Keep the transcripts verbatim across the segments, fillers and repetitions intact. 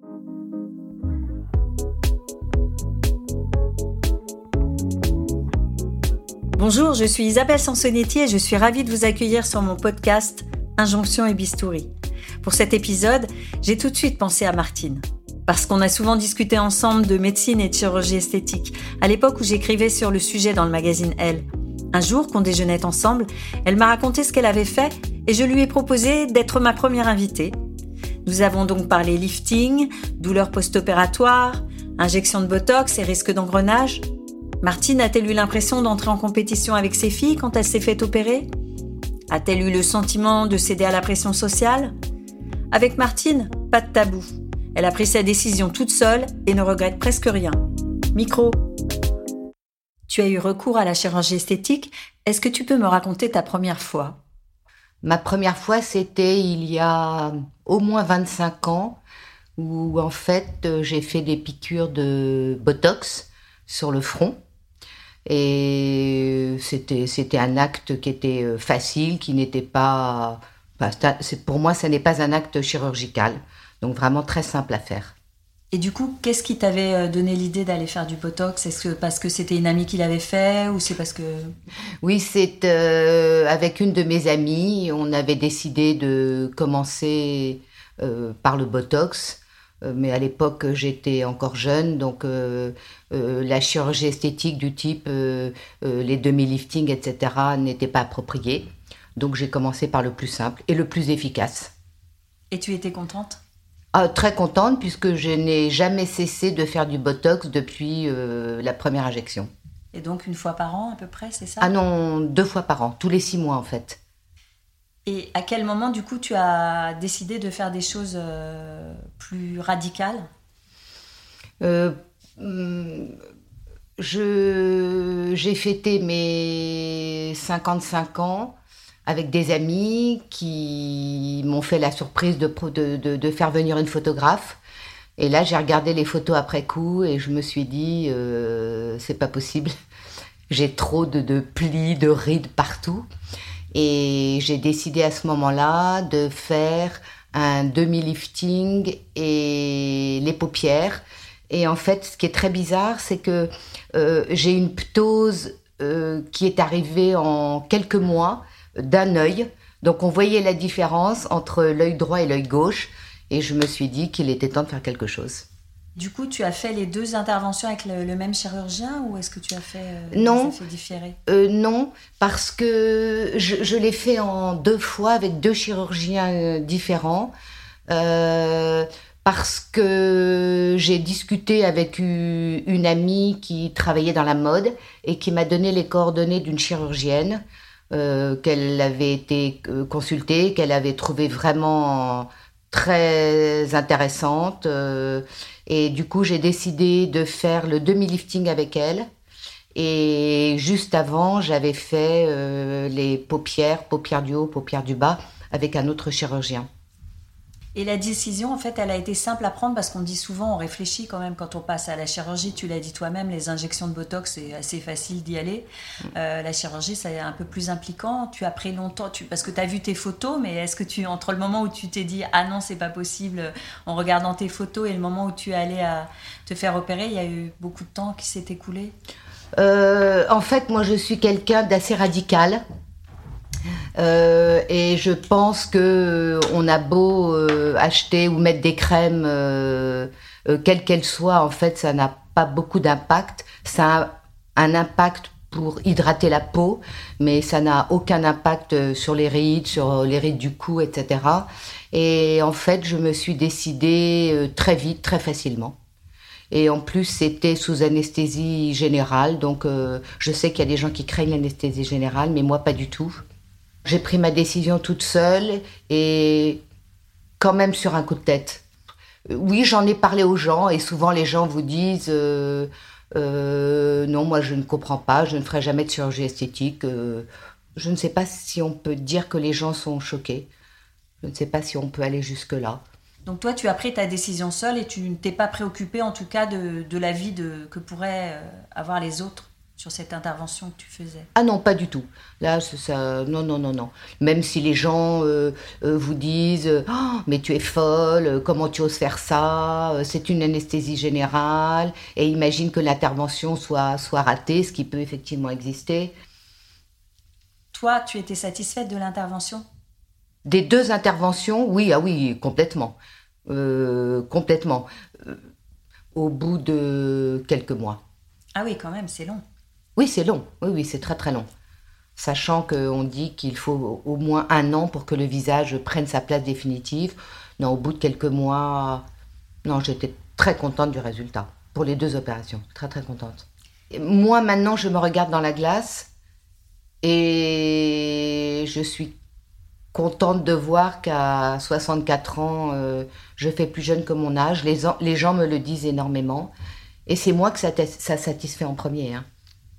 Bonjour, je suis Isabelle Sansonetti et je suis ravie de vous accueillir sur mon podcast Injonction et Bistouri. Pour cet épisode, j'ai tout de suite pensé à Martine. Parce qu'on a souvent discuté ensemble de médecine et de chirurgie esthétique, à l'époque où j'écrivais sur le sujet dans le magazine Elle. Un jour, qu'on déjeunait ensemble, elle m'a raconté ce qu'elle avait fait et je lui ai proposé d'être ma première invitée. Nous avons donc parlé lifting, douleurs post-opératoires, injection de botox et risque d'engrenage. Martine a-t-elle eu l'impression d'entrer en compétition avec ses filles quand elle s'est fait opérer ? A-t-elle eu le sentiment de céder à la pression sociale ? Avec Martine, pas de tabou. Elle a pris sa décision toute seule et ne regrette presque rien. Micro. Tu as eu recours à la chirurgie esthétique. Est-ce que tu peux me raconter ta première fois ? Ma première fois, c'était il y a au moins vingt-cinq ans, où en fait, j'ai fait des piqûres de botox sur le front. Et c'était, c'était un acte qui était facile, qui n'était pas... Enfin, c'est, pour moi, ça n'est pas un acte chirurgical. Donc vraiment très simple à faire. Et du coup, qu'est-ce qui t'avait donné l'idée d'aller faire du botox ? Est-ce que parce que c'était une amie qui l'avait fait ou c'est parce que... Oui, c'est euh, avec une de mes amies. On avait décidé de commencer euh, par le botox. Mais à l'époque, j'étais encore jeune, donc euh, euh, la chirurgie esthétique du type euh, euh, les demi-liftings, et cetera n'était pas appropriée. Donc j'ai commencé par le plus simple et le plus efficace. Et tu étais contente ? Ah, très contente, puisque je n'ai jamais cessé de faire du botox depuis euh, la première injection. Et donc une fois par an à peu près, c'est ça ? Ah non, deux fois par an, tous les six mois en fait. Et à quel moment, du coup, tu as décidé de faire des choses euh, plus radicales ? euh, je, J'ai fêté mes cinquante-cinq ans avec des amis qui m'ont fait la surprise de, de, de, de faire venir une photographe. Et là, j'ai regardé les photos après coup et je me suis dit, euh, c'est pas possible. J'ai trop de, de plis, de rides partout. Et j'ai décidé à ce moment-là de faire un demi-lifting et les paupières. Et en fait, ce qui est très bizarre, c'est que euh, j'ai une ptose euh, qui est arrivée en quelques mois d'un œil. Donc on voyait la différence entre l'œil droit et l'œil gauche. Et je me suis dit qu'il était temps de faire quelque chose. Du coup, tu as fait les deux interventions avec le, le même chirurgien ou est-ce que tu as fait euh, non, des effets différés ? euh, Non, parce que je, je l'ai fait en deux fois avec deux chirurgiens différents. Euh, parce que j'ai discuté avec une amie qui travaillait dans la mode et qui m'a donné les coordonnées d'une chirurgienne euh, qu'elle avait été consultée, qu'elle avait trouvée vraiment très intéressante. Euh, et du coup, j'ai décidé de faire le demi-lifting avec elle. Et juste avant, j'avais fait euh, les paupières, paupières du haut, paupières du bas, avec un autre chirurgien. Et la décision, en fait, elle a été simple à prendre parce qu'on dit souvent, on réfléchit quand même quand on passe à la chirurgie. Tu l'as dit toi-même, les injections de botox, c'est assez facile d'y aller. Euh, la chirurgie, c'est un peu plus impliquant. Tu as pris longtemps, tu, parce que tu as vu tes photos, mais est-ce que tu, entre le moment où tu t'es dit « Ah non, c'est pas possible » en regardant tes photos et le moment où tu es allé à te faire opérer, il y a eu beaucoup de temps qui s'est écoulé ? euh, En fait, moi, je suis quelqu'un d'assez radical. Euh, et je pense que euh, on a beau euh, acheter ou mettre des crèmes, euh, euh, quelles qu'elles soient, en fait, ça n'a pas beaucoup d'impact. Ça a un impact pour hydrater la peau, mais ça n'a aucun impact sur les rides, sur les rides du cou, et cetera. Et en fait, je me suis décidée euh, très vite, très facilement. Et en plus, c'était sous anesthésie générale, donc euh, je sais qu'il y a des gens qui craignent l'anesthésie générale, mais moi, pas du tout. J'ai pris ma décision toute seule et quand même sur un coup de tête. Oui, j'en ai parlé aux gens et souvent les gens vous disent euh, euh, non, moi je ne comprends pas, je ne ferai jamais de chirurgie esthétique. Euh, je ne sais pas si on peut dire que les gens sont choqués. Je ne sais pas si on peut aller jusque-là. Donc toi, tu as pris ta décision seule et tu ne t'es pas préoccupée en tout cas de, de l'avis de, que pourraient avoir les autres sur cette intervention que tu faisais? Ah non, pas du tout. Là, c'est ça, non, non, non, non. Même si les gens euh, euh, vous disent oh, « mais tu es folle, comment tu oses faire ça, c'est une anesthésie générale » et imagine que l'intervention soit, soit ratée, ce qui peut effectivement exister. Toi, tu étais satisfaite de l'intervention? Des deux interventions, oui, ah oui, complètement. Euh, complètement. Euh, au bout de quelques mois. Ah oui, quand même, c'est long. Oui, c'est long. Oui, oui, c'est très très long. Sachant qu'on dit qu'il faut au moins un an pour que le visage prenne sa place définitive. Non, au bout de quelques mois, non, j'étais très contente du résultat. Pour les deux opérations, très très contente. Et moi, maintenant, je me regarde dans la glace et je suis contente de voir qu'à soixante-quatre ans, euh, je fais plus jeune que mon âge. Les, les gens me le disent énormément. Et c'est moi que ça, ça satisfait en premier. Hein.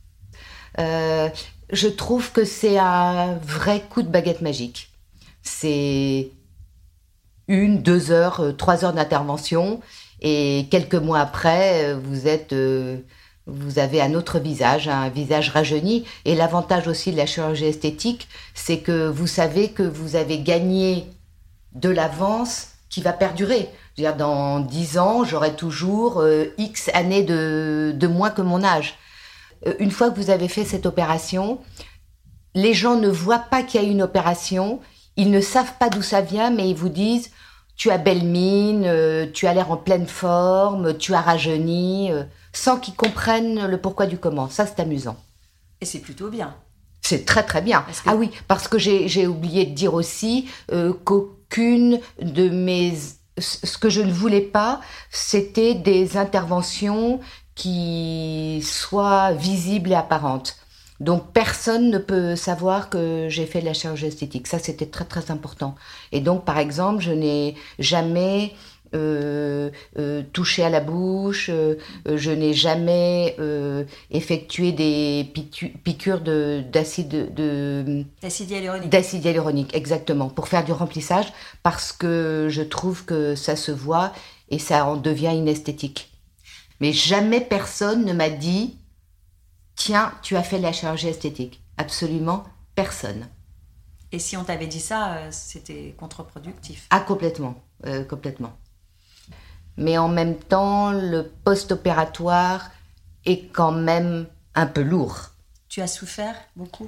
Euh, je trouve que c'est un vrai coup de baguette magique. C'est une, deux heures, euh, trois heures d'intervention et quelques mois après, vous êtes, euh, vous avez un autre visage, un visage rajeuni. Et l'avantage aussi de la chirurgie esthétique, c'est que vous savez que vous avez gagné de l'avance qui va perdurer. Je veux dire, dans dix ans, j'aurai toujours euh, X années de, de moins que mon âge. Une fois que vous avez fait cette opération, les gens ne voient pas qu'il y a eu une opération, ils ne savent pas d'où ça vient, mais ils vous disent « tu as belle mine, euh, tu as l'air en pleine forme, tu as rajeuni euh, », sans qu'ils comprennent le pourquoi du comment. Ça, c'est amusant. Et c'est plutôt bien. C'est très très bien. Que... Ah oui, parce que j'ai, j'ai oublié de dire aussi euh, qu'aucune de mes... Ce que je ne voulais pas, c'était des interventions qui soit visible et apparente. Donc personne ne peut savoir que j'ai fait de la chirurgie esthétique. Ça, c'était très très important. Et donc, par exemple, je n'ai jamais euh, euh, touché à la bouche, euh, je n'ai jamais euh, effectué des pitu- piqûres de, d'acide, de, d'acide hyaluronique. D'acide hyaluronique, exactement, pour faire du remplissage, parce que je trouve que ça se voit et ça en devient inesthétique. Mais jamais personne ne m'a dit « Tiens, tu as fait de la chirurgie esthétique ». Absolument personne. Et si on t'avait dit ça, c'était contre-productif? Ah, complètement, euh, complètement. Mais en même temps, le post-opératoire est quand même un peu lourd. Tu as souffert beaucoup?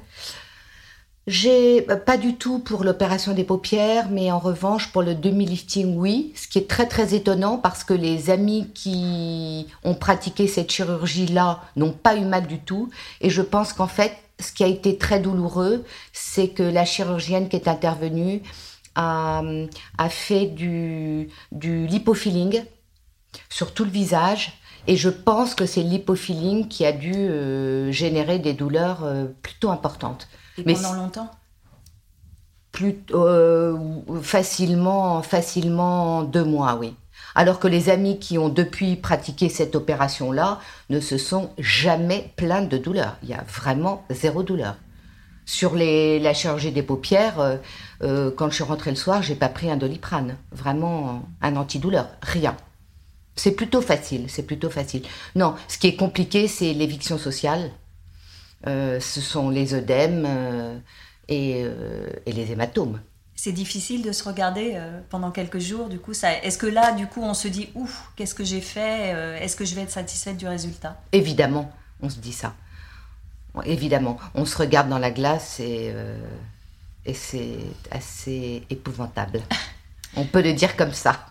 J'ai pas du tout pour l'opération des paupières, mais en revanche pour le demi-lifting, oui. Ce qui est très très étonnant parce que les amis qui ont pratiqué cette chirurgie-là n'ont pas eu mal du tout. Et je pense qu'en fait, ce qui a été très douloureux, c'est que la chirurgienne qui est intervenue a, a fait du, du lipofilling sur tout le visage. Et je pense que c'est le lipofilling qui a dû euh, générer des douleurs euh, plutôt importantes. Et pendant Mais longtemps plus, euh, facilement, facilement deux mois, oui. Alors que les amis qui ont depuis pratiqué cette opération-là ne se sont jamais plaints de douleur. Il y a vraiment zéro douleur. Sur les, la chirurgie des paupières, euh, euh, quand je suis rentrée le soir, j'ai pas pris un Doliprane. Vraiment un antidouleur, rien. C'est plutôt facile, c'est plutôt facile. Non, ce qui est compliqué, c'est l'éviction sociale. Euh, ce sont les œdèmes euh, et, euh, et les hématomes. C'est difficile de se regarder euh, pendant quelques jours, du coup. Ça, est-ce que là, du coup, on se dit « Ouf, qu'est-ce que j'ai fait euh, Est-ce que je vais être satisfaite du résultat ?» Évidemment, on se dit ça. Évidemment, on se regarde dans la glace et, euh, et c'est assez épouvantable. On peut le dire comme ça.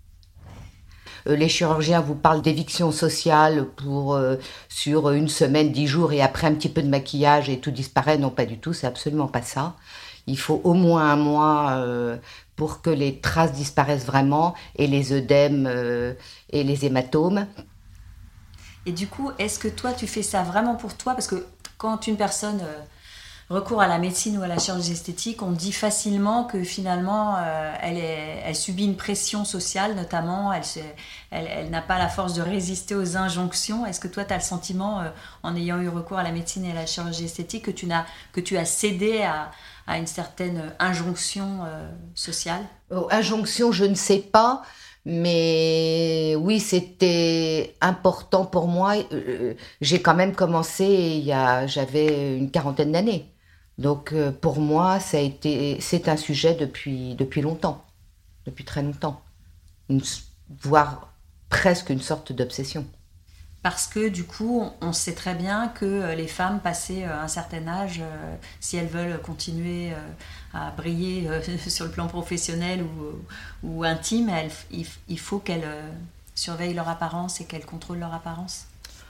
Les chirurgiens vous parlent d'éviction sociale pour, euh, sur une semaine, dix jours, et après un petit peu de maquillage et tout disparaît. Non, pas du tout, c'est absolument pas ça. Il faut au moins un mois euh, pour que les traces disparaissent vraiment, et les œdèmes euh, et les hématomes. Et du coup, est-ce que toi, tu fais ça vraiment pour toi? Parce que quand une personne euh, recourt à la médecine ou à la chirurgie esthétique, on dit facilement que finalement, euh, elle, est, elle subit une pression sociale, notamment, elle, elle, elle n'a pas la force de résister aux injonctions. Est-ce que toi, tu as le sentiment, euh, en ayant eu recours à la médecine et à la chirurgie esthétique, que tu, n'as, que tu as cédé à, à une certaine injonction euh, sociale? Oh, injonction, je ne sais pas, mais oui, oui, c'était important pour moi. Euh, j'ai quand même commencé, il y a, j'avais une quarantaine d'années. Donc euh, pour moi, ça a été, c'est un sujet depuis, depuis longtemps, depuis très longtemps, une, voire presque une sorte d'obsession. Parce que du coup, on sait très bien que les femmes, passées un certain âge, euh, si elles veulent continuer euh, à briller euh, sur le plan professionnel ou, ou intime, elles, il, il faut qu'elles euh, surveillent leur apparence et qu'elles contrôlent leur apparence.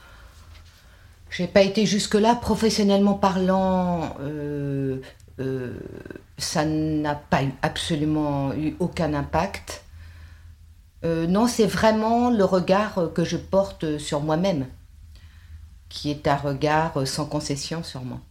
J'ai pas été jusque-là, professionnellement parlant, euh, euh, ça n'a pas eu, absolument eu aucun impact. Euh, non, c'est vraiment le regard que je porte sur moi-même, qui est un regard sans concession sur moi.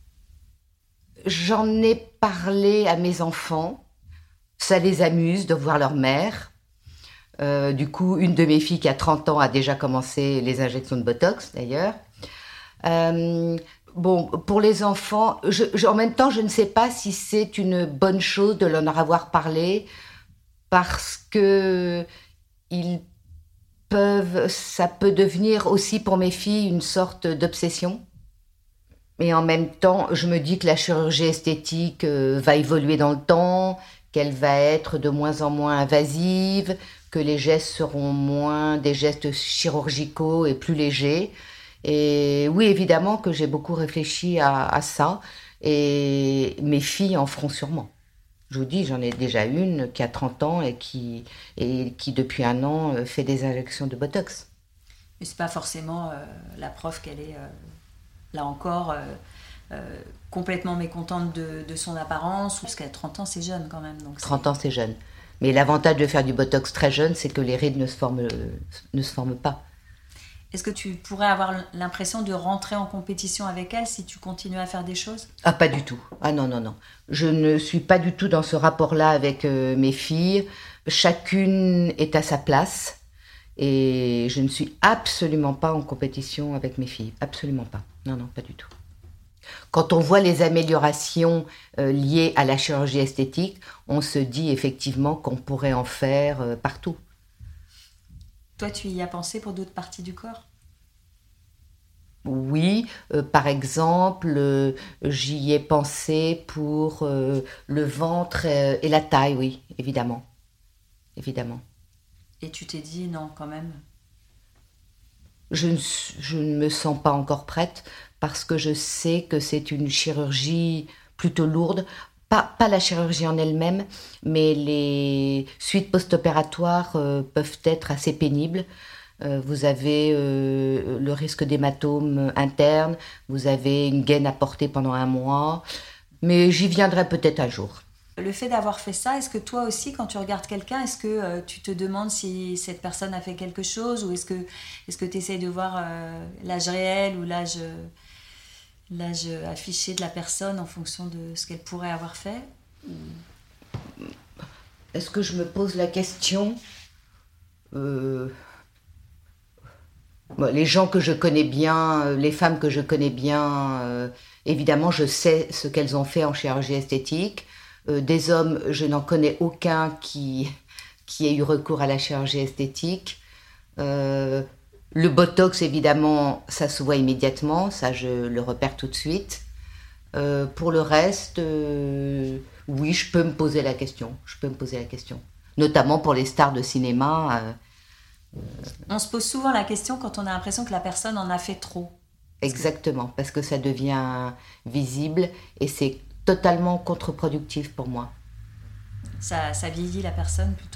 J'en ai parlé à mes enfants, ça les amuse de voir leur mère. Euh, du coup, une de mes filles qui a trente ans a déjà commencé les injections de Botox, d'ailleurs. Euh, bon, pour les enfants, je, je, en même temps, je ne sais pas si c'est une bonne chose de leur avoir parlé, parce que ils peuvent, ça peut devenir aussi pour mes filles une sorte d'obsession. Et en même temps, je me dis que la chirurgie esthétique euh, va évoluer dans le temps, qu'elle va être de moins en moins invasive, que les gestes seront moins des gestes chirurgicaux et plus légers. Et oui, évidemment que j'ai beaucoup réfléchi à, à ça, et mes filles en feront sûrement. Je vous dis, j'en ai déjà une qui a trente ans et qui, et qui depuis un an, fait des injections de Botox. Mais c'est pas forcément euh, la preuve qu'elle est, euh, là encore, euh, euh, complètement mécontente de, de son apparence, parce qu'à trente ans, c'est jeune quand même. Donc trente ans, c'est jeune. Mais l'avantage de faire du Botox très jeune, c'est que les rides ne se forment, ne se forment pas. Est-ce que tu pourrais avoir l'impression de rentrer en compétition avec elle si tu continues à faire des choses ? Ah, pas du tout. Ah non, non, non. Je ne suis pas du tout dans ce rapport-là avec euh, mes filles. Chacune est à sa place. Et je ne suis absolument pas en compétition avec mes filles. Absolument pas. Non, non, pas du tout. Quand on voit les améliorations euh, liées à la chirurgie esthétique, on se dit effectivement qu'on pourrait en faire euh, partout. Toi, tu y as pensé pour d'autres parties du corps ? Oui, euh, par exemple, euh, j'y ai pensé pour euh, le ventre euh, et la taille, oui, évidemment. Évidemment. Et tu t'es dit non, quand même ? Je ne, je ne me sens pas encore prête parce que je sais que c'est une chirurgie plutôt lourde. Pas, pas la chirurgie en elle-même, mais les suites post-opératoires euh, peuvent être assez pénibles. Euh, vous avez euh, le risque d'hématome interne, vous avez une gaine à porter pendant un mois, mais j'y viendrai peut-être un jour. Le fait d'avoir fait ça, est-ce que toi aussi, quand tu regardes quelqu'un, est-ce que euh, tu te demandes si cette personne a fait quelque chose, ou est-ce que est-ce que tu essayes de voir euh, l'âge réel ou l'âge... Euh, l'âge affiché de la personne en fonction de ce qu'elle pourrait avoir fait ? Est-ce que je me pose la question ? euh... bon, les gens que je connais bien, les femmes que je connais bien, euh, évidemment, je sais ce qu'elles ont fait en chirurgie esthétique. Euh, des hommes, je n'en connais aucun qui, qui ait eu recours à la chirurgie esthétique. Euh, Le Botox, évidemment, ça se voit immédiatement, ça je le repère tout de suite. Euh, pour le reste, euh, oui, je peux me poser la question. Je peux me poser la question. Notamment pour les stars de cinéma. Euh, on se pose souvent la question quand on a l'impression que la personne en a fait trop. Parce exactement, que... parce que ça devient visible et c'est totalement contre-productif pour moi. Ça, ça vieillit la personne plutôt ?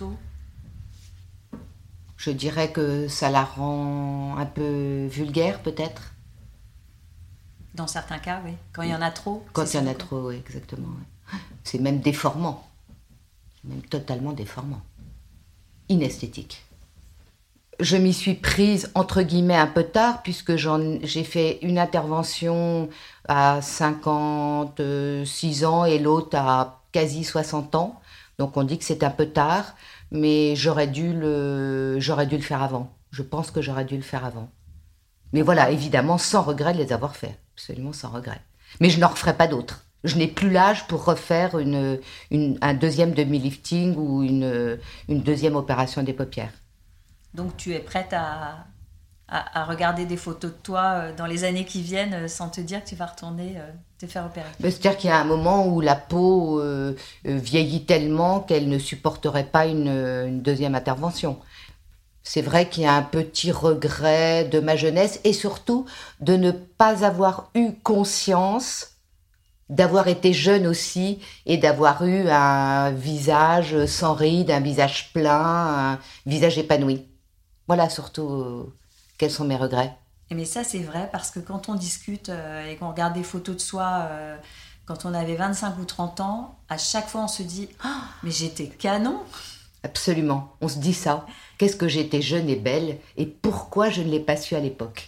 Je dirais que ça la rend un peu vulgaire, peut-être. Dans certains cas, oui. Quand il y en a trop. Quand il y en a trop, oui, exactement. Oui. C'est même déformant. C'est même totalement déformant. Inesthétique. Je m'y suis prise, entre guillemets, un peu tard, puisque j'en, j'ai fait une intervention à cinquante-six ans et l'autre à quasi soixante ans. Donc on dit que c'est un peu tard. Mais j'aurais dû, le, j'aurais dû le faire avant. Je pense que j'aurais dû le faire avant. Mais voilà, évidemment, sans regret de les avoir faits. Absolument sans regret. Mais je n'en referai pas d'autres. Je n'ai plus l'âge pour refaire une, une, un deuxième demi-lifting ou une, une deuxième opération des paupières. Donc tu es prête à, à, à regarder des photos de toi dans les années qui viennent sans te dire que tu vas retourner euh, te faire opérer. Ben, c'est-à-dire qu'il y a un moment où la peau euh, vieillit tellement qu'elle ne supporterait pas une, une deuxième intervention. C'est vrai qu'il y a un petit regret de ma jeunesse et surtout de ne pas avoir eu conscience d'avoir été jeune aussi et d'avoir eu un visage sans rides, un visage plein, un visage épanoui. Voilà surtout euh, quels sont mes regrets. Mais ça c'est vrai parce que quand on discute euh, et qu'on regarde des photos de soi euh, quand on avait vingt-cinq ou trente ans, à chaque fois on se dit oh, « mais j'étais canon !» Absolument, on se dit ça. Qu'est-ce que j'étais jeune et belle et pourquoi je ne l'ai pas su à l'époque.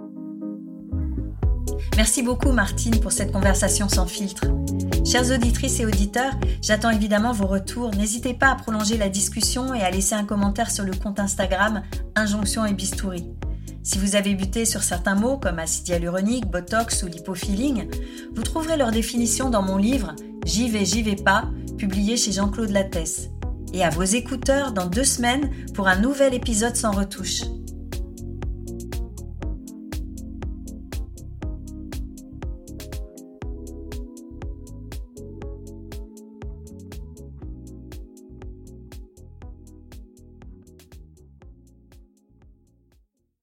Merci beaucoup Martine pour cette conversation sans filtre. Chères auditrices et auditeurs, j'attends évidemment vos retours. N'hésitez pas à prolonger la discussion et à laisser un commentaire sur le compte Instagram Injonction et Bistouri. Si vous avez buté sur certains mots comme acide hyaluronique, botox ou lipofilling, vous trouverez leur définition dans mon livre J'y vais, j'y vais pas, publié chez Jean-Claude Lattès. Et à vos écouteurs dans deux semaines pour un nouvel épisode sans retouche.